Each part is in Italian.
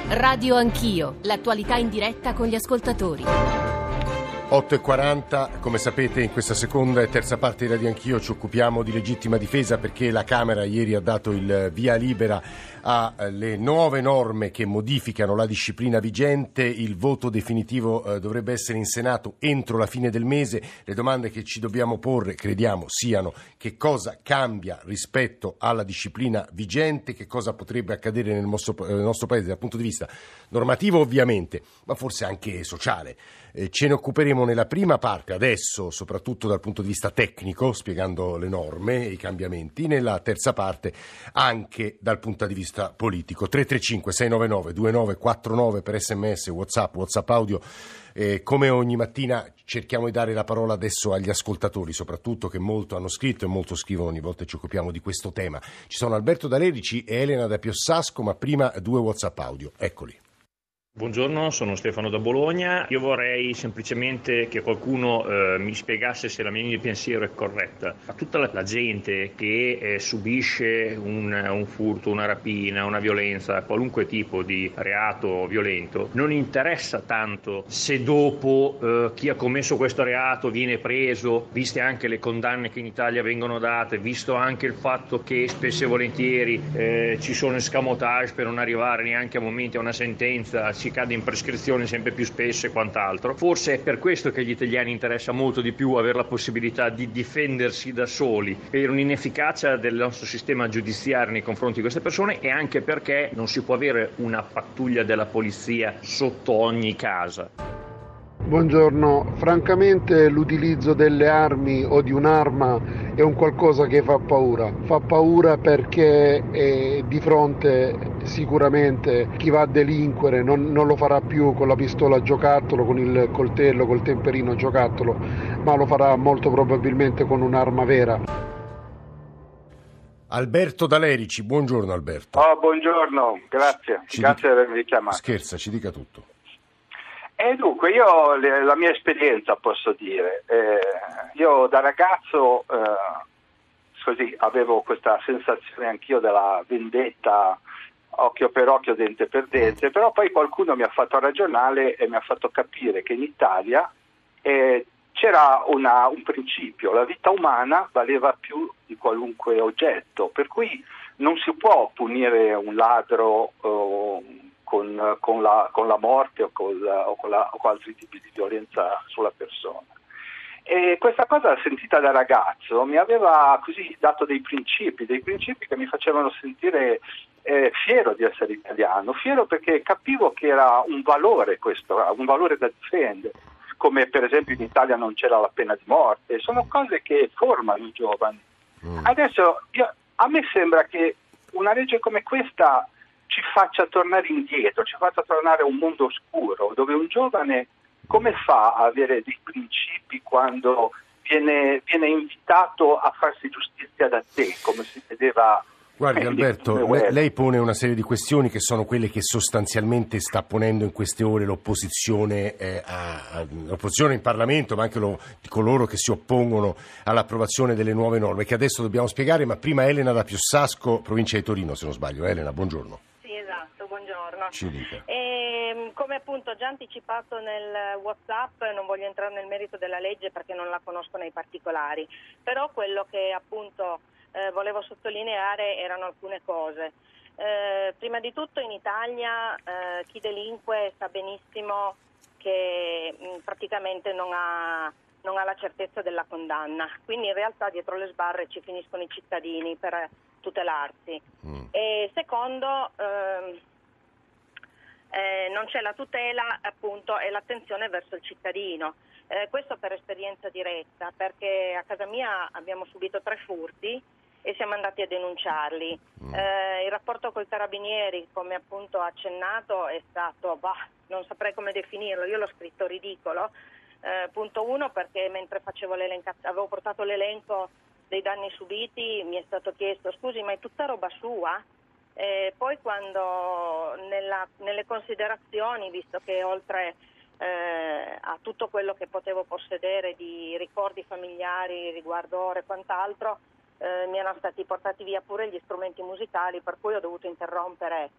Radio Anch'io, l'attualità in diretta con gli ascoltatori. 8.40, come sapete in questa seconda e terza parte di Radio Anch'io ci occupiamo di legittima difesa perché la Camera ieri ha dato il via libera alle nuove norme che modificano la disciplina vigente. Il voto definitivo dovrebbe essere in Senato entro la fine del mese. Le domande che ci dobbiamo porre, crediamo, siano: che cosa cambia rispetto alla disciplina vigente, che cosa potrebbe accadere nel nostro Paese dal punto di vista normativo ovviamente, ma forse anche sociale. Ce ne occuperemo nella prima parte, adesso soprattutto dal punto di vista tecnico, spiegando le norme e i cambiamenti, nella terza parte anche dal punto di vista politico. 335-699-2949 per sms, WhatsApp audio. Come ogni mattina cerchiamo di dare la parola adesso agli ascoltatori, soprattutto, che molto hanno scritto e molto scrivono ogni volta che ci occupiamo di questo tema. Ci sono Alberto da Lerici e Elena da Piossasco, ma prima 2 WhatsApp audio, eccoli. Buongiorno, sono Stefano da Bologna. Io vorrei semplicemente che qualcuno mi spiegasse se la mia linea di pensiero è corretta. A tutta la gente che subisce un furto, una rapina, una violenza, qualunque tipo di reato violento, non interessa tanto se dopo chi ha commesso questo reato viene preso, viste anche le condanne che in Italia vengono date, visto anche il fatto che spesso e volentieri ci sono escamotage per non arrivare neanche a momenti a una sentenza, si cade in prescrizione sempre più spesso e quant'altro. Forse è per questo che agli italiani interessa molto di più avere la possibilità di difendersi da soli per un'inefficacia del nostro sistema giudiziario nei confronti di queste persone, e anche perché non si può avere una pattuglia della polizia sotto ogni casa. Buongiorno, francamente l'utilizzo delle armi o di un'arma è un qualcosa che fa paura perché di fronte sicuramente chi va a delinquere non lo farà più con la pistola a giocattolo, con il coltello, col temperino a giocattolo, ma lo farà molto probabilmente con un'arma vera. Alberto da Lerici, buongiorno Alberto. Buongiorno, grazie di avermi richiamato. Scherza, ci dica tutto. Dunque, io la mia esperienza posso dire, io da ragazzo così avevo questa sensazione anch'io della vendetta, occhio per occhio, dente per dente, però poi qualcuno mi ha fatto ragionare e mi ha fatto capire che in Italia c'era un principio: la vita umana valeva più di qualunque oggetto, per cui non si può punire un ladro con la morte o con altri tipi di violenza sulla persona. E questa cosa, sentita da ragazzo, mi aveva così dato dei principi che mi facevano sentire fiero di essere italiano, fiero perché capivo che era un valore questo, un valore da difendere, come per esempio in Italia non c'era la pena di morte. Sono cose che formano i giovani. Adesso a me sembra che una legge come questa ci faccia tornare indietro, ci faccia tornare a un mondo oscuro, dove un giovane come fa a avere dei principi quando viene invitato a farsi giustizia da te, come si vedeva. Guardi Alberto, lei pone una serie di questioni che sono quelle che sostanzialmente sta ponendo in queste ore l'opposizione, l'opposizione in Parlamento, ma anche di coloro che si oppongono all'approvazione delle nuove norme, che adesso dobbiamo spiegare. Ma prima Elena da Piossasco, provincia di Torino, se non sbaglio. Elena, buongiorno. Sì, esatto, buongiorno. Ci dica. Come appunto già anticipato nel WhatsApp, non voglio entrare nel merito della legge perché non la conosco nei particolari, però quello che appunto volevo sottolineare erano alcune cose. Prima di tutto in Italia chi delinque sa benissimo che praticamente non ha la certezza della condanna, quindi in realtà dietro le sbarre ci finiscono i cittadini per tutelarsi. E secondo, non c'è la tutela appunto e l'attenzione verso il cittadino. Questo per esperienza diretta, perché a casa mia abbiamo subito 3 furti e siamo andati a denunciarli. Il rapporto col carabinieri, come appunto accennato, è stato, non saprei come definirlo, io l'ho scritto ridicolo. Punto 1, perché mentre avevo portato l'elenco dei danni subiti, mi è stato chiesto: scusi, ma è tutta roba sua? Poi quando nelle considerazioni, visto che oltre a tutto quello che potevo possedere di ricordi familiari riguardo ore e quant'altro, mi erano stati portati via pure gli strumenti musicali, per cui ho dovuto interrompere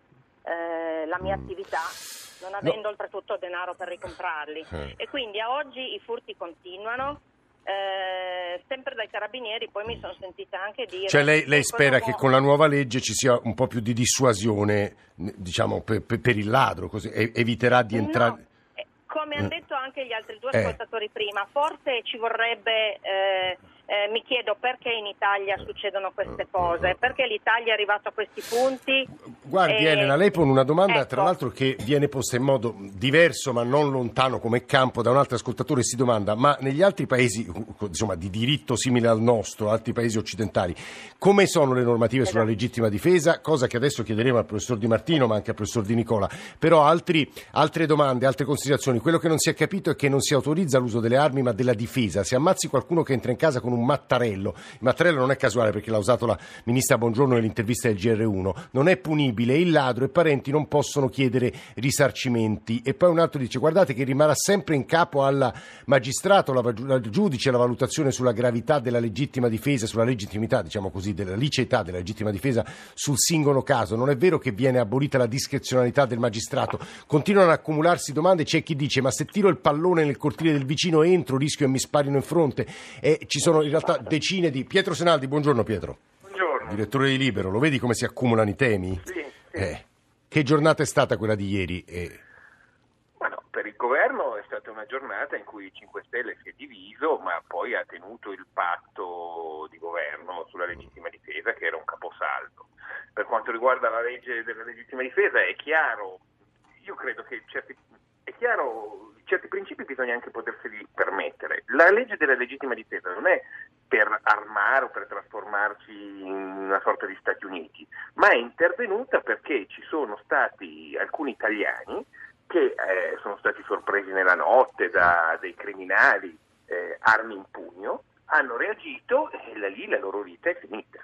la mia attività, non avendo oltretutto denaro per ricomprarli. E quindi a oggi i furti continuano. Sempre dai carabinieri, poi mi sono sentita anche dire... Cioè lei spera che con la nuova legge ci sia un po' più di dissuasione, diciamo, per il ladro, così eviterà di entrare... No, come hanno detto anche gli altri due ascoltatori prima, forse ci vorrebbe... mi chiedo perché in Italia succedono queste cose, perché l'Italia è arrivata a questi punti. Guardi Elena, lei pone una domanda tra ecco, l'altro che viene posta in modo diverso ma non lontano come campo da un altro ascoltatore. Si domanda: ma negli altri paesi, insomma, di diritto simile al nostro, altri paesi occidentali, come sono le normative sulla legittima difesa? Cosa che adesso chiederemo al professor Di Martino ma anche al professor Di Nicola. Però altre domande, altre considerazioni. Quello che non si è capito è che non si autorizza l'uso delle armi ma della difesa. Se ammazzi qualcuno che entra in casa con un mattarello, il mattarello non è casuale perché l'ha usato la ministra Bongiorno nell'intervista del GR1, non è punibile, il ladro e i parenti non possono chiedere risarcimenti. E poi un altro dice: guardate che rimarrà sempre in capo al magistrato, al giudice, la valutazione sulla gravità della legittima difesa, sulla legittimità, diciamo così, della liceità della legittima difesa sul singolo caso. Non è vero che viene abolita la discrezionalità del magistrato. Continuano ad accumularsi domande. C'è chi dice: ma se tiro il pallone nel cortile del vicino entro, rischio che mi sparino in fronte. E ci sono in realtà decine di... Pietro Senaldi, buongiorno Pietro. Buongiorno. Direttore di Libero, lo vedi come si accumulano i temi? Sì. Che giornata è stata quella di ieri? Ma no, per il governo è stata una giornata in cui il 5 Stelle si è diviso, ma poi ha tenuto il patto di governo sulla legittima difesa, che era un caposaldo. Per quanto riguarda la legge della legittima difesa è chiaro, io credo che certi principi bisogna anche poterseli permettere. La legge della legittima difesa non è per armare o per trasformarci in una sorta di Stati Uniti, ma è intervenuta perché ci sono stati alcuni italiani che sono stati sorpresi nella notte da dei criminali, armi in pugno, hanno reagito e lì la loro vita è finita.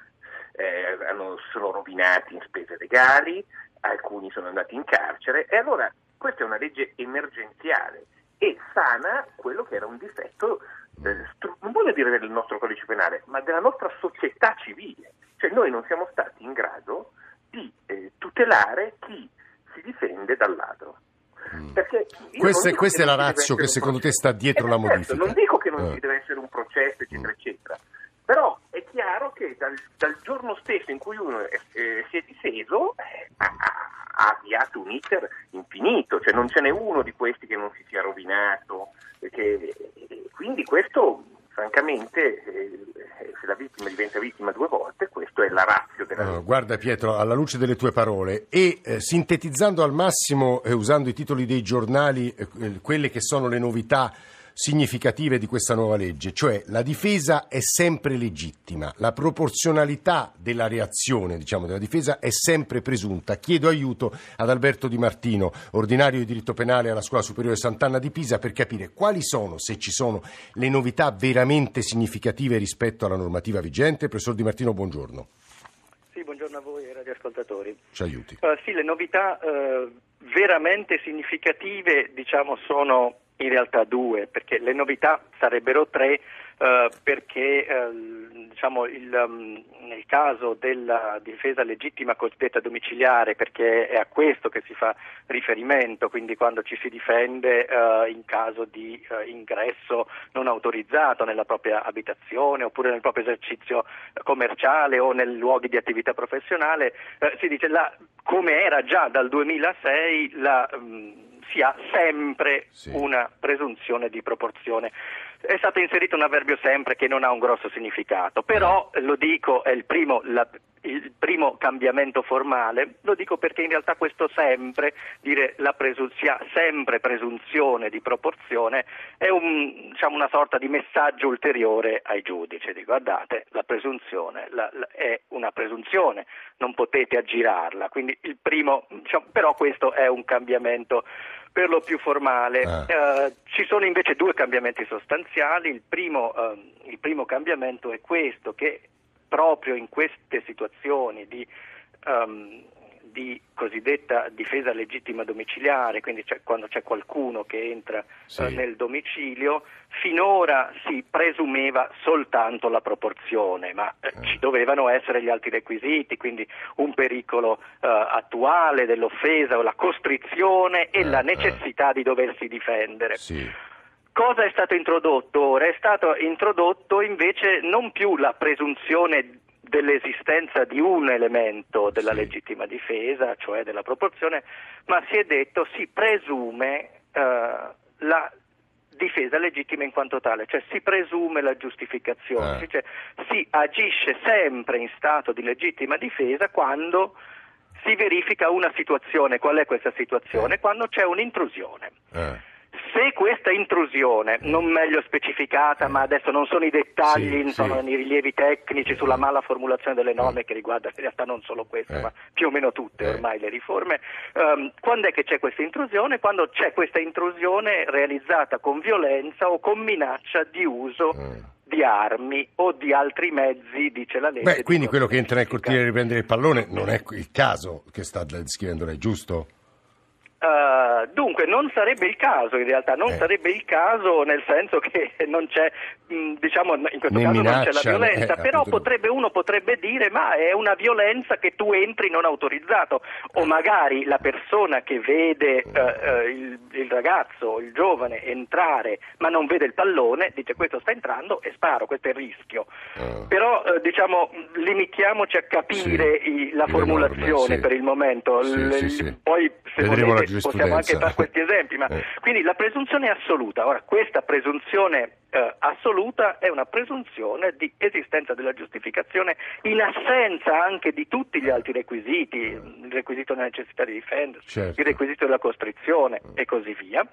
Sono rovinati in spese legali, alcuni sono andati in carcere e allora questa è una legge emergenziale e sana quello che era un difetto, non voglio dire del nostro codice penale, ma della nostra società civile. Cioè noi non siamo stati in grado di tutelare chi si difende dal ladro. Perché questa è la ratio che secondo te sta dietro la modifica. Non dico che non ci deve essere un processo, eccetera, eccetera, però è chiaro che dal giorno stesso in cui uno si è difeso ha avviato un iter infinito, cioè non ce n'è uno di questi che non si sia rovinato, quindi questo francamente se la vittima diventa vittima due volte, questo è la ratio della legge. Guarda Pietro, alla luce delle tue parole e sintetizzando al massimo usando i titoli dei giornali quelle che sono le novità significative di questa nuova legge, cioè la difesa è sempre legittima, la proporzionalità della reazione, diciamo, della difesa è sempre presunta. Chiedo aiuto ad Alberto Di Martino, ordinario di diritto penale alla Scuola Superiore Sant'Anna di Pisa, per capire quali sono, se ci sono, le novità veramente significative rispetto alla normativa vigente. Professor Di Martino, buongiorno. Sì, buongiorno a voi e radioascoltatori. Ci aiuti. Sì, le novità veramente significative, diciamo, sono in realtà due, perché le novità sarebbero tre, perché diciamo nel caso della difesa legittima cosiddetta domiciliare, perché è a questo che si fa riferimento, quindi quando ci si difende in caso di ingresso non autorizzato nella propria abitazione oppure nel proprio esercizio commerciale o nei luoghi di attività professionale, si dice come era già dal 2006 si ha sempre una presunzione di proporzione. È stato inserito un avverbio sempre che non ha un grosso significato, però lo dico, è il primo cambiamento formale, lo dico perché in realtà questo sempre, dire si ha sempre presunzione di proporzione, è una sorta di messaggio ulteriore ai giudici, di guardate, la presunzione è una presunzione, non potete aggirarla, quindi il primo, però questo è un cambiamento per lo più formale. Ci sono invece due cambiamenti sostanziali. Il primo cambiamento è questo, che proprio in queste situazioni di di cosiddetta difesa legittima domiciliare, quindi quando c'è qualcuno che entra nel domicilio, finora si presumeva soltanto la proporzione, ma ci dovevano essere gli altri requisiti, quindi un pericolo attuale dell'offesa o la costrizione e la necessità di doversi difendere. Cosa è stato introdotto ora? È stato introdotto invece non più la presunzione dell'esistenza di un elemento della legittima difesa, cioè della proporzione, ma si è detto si presume la difesa legittima in quanto tale, cioè si presume la giustificazione, cioè si agisce sempre in stato di legittima difesa quando si verifica una situazione. Qual è questa situazione? Quando c'è un'intrusione. Se questa intrusione, non meglio specificata, ma adesso non sono i dettagli, sono i rilievi tecnici sulla mala formulazione delle norme che riguardano in realtà non solo questa, ma più o meno tutte ormai le riforme, quando è che c'è questa intrusione? Quando c'è questa intrusione realizzata con violenza o con minaccia di uso di armi o di altri mezzi, dice la legge. Quindi quello che entra nel cortile a riprendere il pallone non è il caso che sta descrivendo lei, giusto? Dunque non sarebbe il caso, in realtà non sarebbe il caso, nel senso che non c'è, diciamo, in questo caso minaccia, non c'è la violenza, però uno potrebbe dire ma è una violenza che tu entri non autorizzato, o magari la persona che vede il ragazzo, il giovane entrare ma non vede il pallone, dice questo sta entrando e sparo, questo è il rischio. Però diciamo limitiamoci a capire la formulazione per il momento, poi se volete possiamo anche fare questi esempi, ma quindi la presunzione è assoluta. Ora, questa presunzione assoluta è una presunzione di esistenza della giustificazione in assenza anche di tutti gli altri requisiti, il requisito della necessità di difendersi, il requisito della costrizione e così via.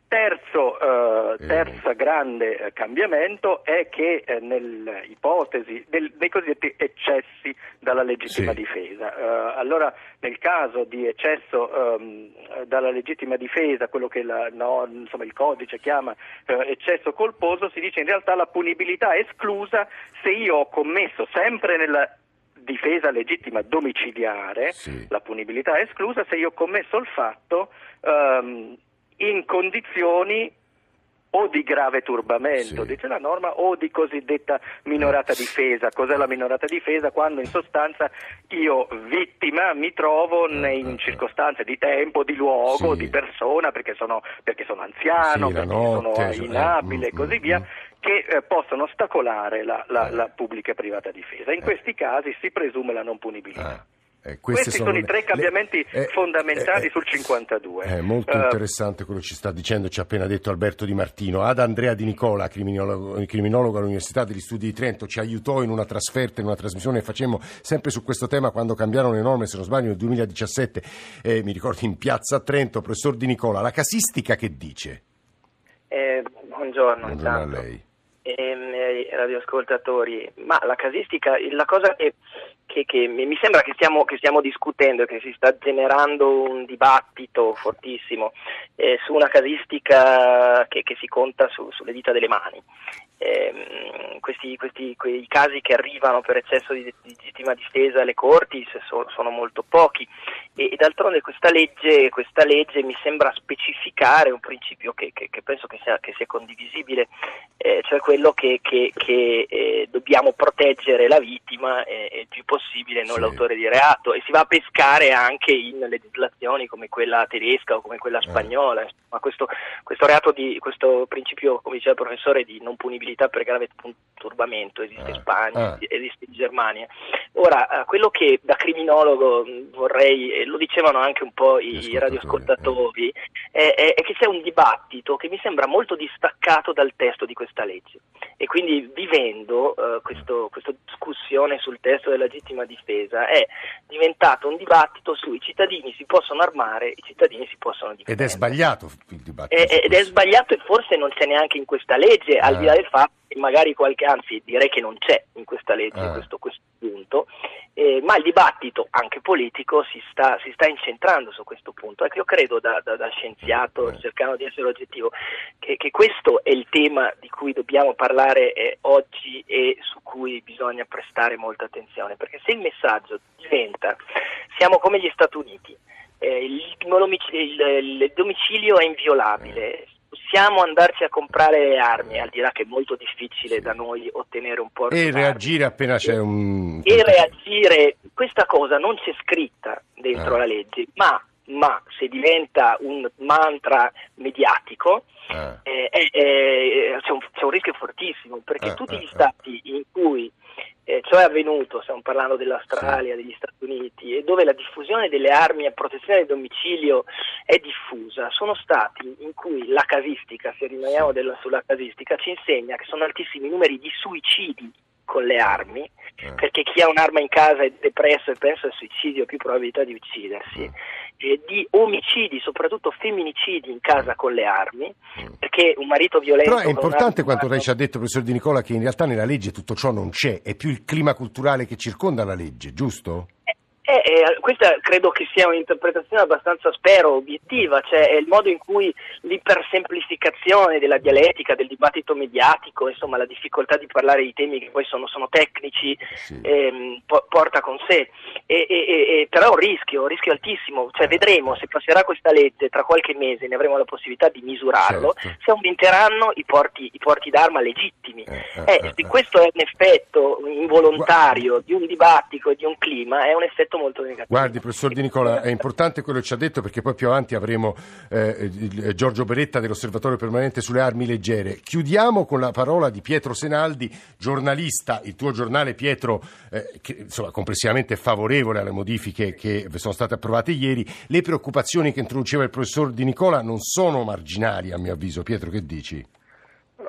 Terza grande cambiamento è che nell'ipotesi dei cosiddetti eccessi dalla legittima difesa. Allora, nel caso di eccesso dalla legittima difesa, quello che il codice chiama eccesso colposo, si dice in realtà la punibilità è esclusa se io ho commesso, sempre nella difesa legittima domiciliare, la punibilità è esclusa se io ho commesso il fatto in condizioni o di grave turbamento, dice la norma, o di cosiddetta minorata difesa. Cos'è la minorata difesa? Quando in sostanza io, vittima, mi trovo in circostanze di tempo, di luogo, di persona, perché sono anziano, perché sono inabile e così via, che possono ostacolare la pubblica e privata difesa. In questi casi si presume la non punibilità. Questi sono i tre cambiamenti fondamentali sul 52. È molto interessante quello che ci sta dicendo, ci ha appena detto Alberto Di Martino. Ad Andrea Di Nicola, criminologo all'Università degli Studi di Trento, ci aiutò in una trasferta, in una trasmissione che facemmo sempre su questo tema quando cambiarono le norme, se non sbaglio nel 2017, mi ricordo in piazza a Trento. Professor Di Nicola, la casistica che dice? Buongiorno a lei. Radioascoltatori, ma la casistica, la cosa che mi sembra che stiamo discutendo e che si sta generando un dibattito fortissimo su una casistica che si conta sulle dita delle mani. Quei casi che arrivano per eccesso di legittima difesa alle corti sono molto pochi e d'altronde questa legge mi sembra specificare un principio che penso che sia condivisibile, cioè quello che dobbiamo proteggere la vittima e il più possibile non l'autore di reato, e si va a pescare anche in legislazioni come quella tedesca o come quella spagnola. Ma questo principio, come diceva il professore, di non punibilità per grave turbamento esiste in Spagna, esiste in Germania. Ora, quello che da criminologo vorrei, e lo dicevano anche un po' i radioascoltatori, è che c'è un dibattito che mi sembra molto distaccato dal testo di questa legge, e quindi vivendo questa discussione sul testo della legittima difesa è diventato un dibattito sui cittadini si possono armare, i cittadini si possono difendere. Ed è sbagliato il dibattito. Ed è sbagliato, e forse non c'è neanche in questa legge, al di là del fatto che magari anzi direi che non c'è in questa legge questo punto, ma il dibattito anche politico si sta incentrando su questo punto. Ecco, io credo da scienziato, cercando di essere oggettivo, che questo è il tema di cui dobbiamo parlare oggi e su cui bisogna prestare molta attenzione, perché se il messaggio diventa siamo come gli Stati Uniti, il domicilio è inviolabile, possiamo andarci a comprare le armi, al di là che è molto difficile da noi ottenere un porto e reagire appena c'è un... E reagire, questa cosa non c'è scritta dentro la legge, ma se diventa un mantra mediatico c'è un rischio fortissimo, perché tutti gli stati in cui ciò è avvenuto, stiamo parlando dell'Australia, degli Stati Uniti, e dove la diffusione delle armi a protezione del domicilio è diffusa, sono stati in cui la casistica, se rimaniamo sulla casistica, ci insegna che sono altissimi i numeri di suicidi con le armi, perché chi ha un'arma in casa è depresso e pensa al suicidio, ha più probabilità di uccidersi, e di omicidi, soprattutto femminicidi in casa con le armi, perché un marito violento... Però è importante quanto lei ci ha detto, professor Di Nicola, che in realtà nella legge tutto ciò non c'è, è più il clima culturale che circonda la legge, giusto? Questa credo che sia un'interpretazione abbastanza, spero, obiettiva, cioè è il modo in cui l'ipersemplificazione della dialettica, del dibattito mediatico, insomma la difficoltà di parlare di temi che poi sono tecnici, porta con sé, però è un rischio altissimo, cioè vedremo se passerà questa legge, tra qualche mese ne avremo la possibilità di misurarlo, se aumenteranno i porti d'arma legittimi, se questo è un effetto involontario di un dibattito e di un clima, è un effetto molto negativo. Guardi, professor Di Nicola, è importante quello che ci ha detto, perché poi più avanti avremo Giorgio Beretta dell'Osservatorio Permanente sulle Armi Leggere. Chiudiamo con la parola di Pietro Senaldi, giornalista. Il tuo giornale, Pietro, che insomma complessivamente è favorevole alle modifiche che sono state approvate ieri. Le preoccupazioni che introduceva il professor Di Nicola non sono marginali, a mio avviso. Pietro, che dici? No,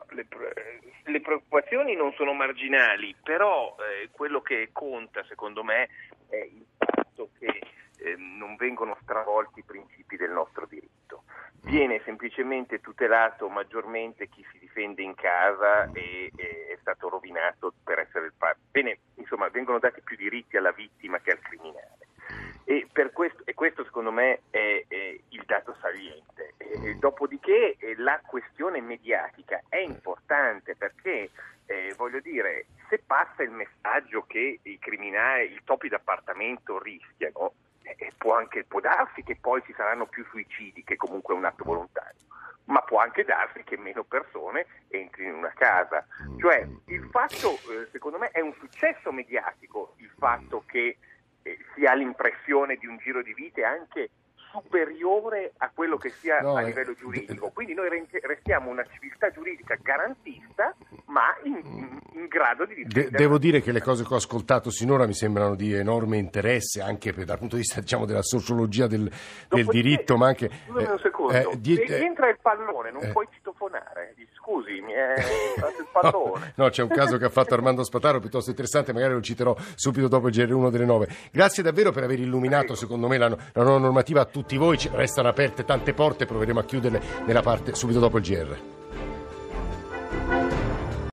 le preoccupazioni non sono marginali, però quello che conta, secondo me, è il fatto che non vengono stravolti i principi del nostro diritto. Viene semplicemente tutelato maggiormente chi si difende in casa e è stato rovinato per essere il padre. Bene, insomma, vengono dati più diritti alla vittima che al criminale. E questo secondo me è il dato saliente. Dopodiché la questione mediatica è importante, perché voglio dire, se passa il messaggio che i criminali, i topi d'appartamento rischiano, può darsi che poi ci saranno più suicidi, che comunque è un atto volontario, ma può anche darsi che meno persone entrino in una casa. Cioè il fatto, secondo me, è un successo mediatico il fatto che si ha l'impressione di un giro di vite anche superiore a quello che sia a livello giuridico. Quindi noi restiamo una civiltà giuridica garantista, ma in grado di difendere. Devo dire che le cose che ho ascoltato sinora mi sembrano di enorme interesse, anche dal punto di vista, diciamo, della sociologia del diritto, ma anche... Scusami un secondo, se entra il pallone non puoi citofonare. Scusi, mi è fatto il pallone. No, c'è un caso che ha fatto Armando Spataro piuttosto interessante, magari lo citerò subito dopo il GR1 delle 9. Grazie davvero per aver illuminato, secondo me, la nuova normativa a tutti voi. Restano aperte tante porte, proveremo a chiuderle nella parte subito dopo il GR.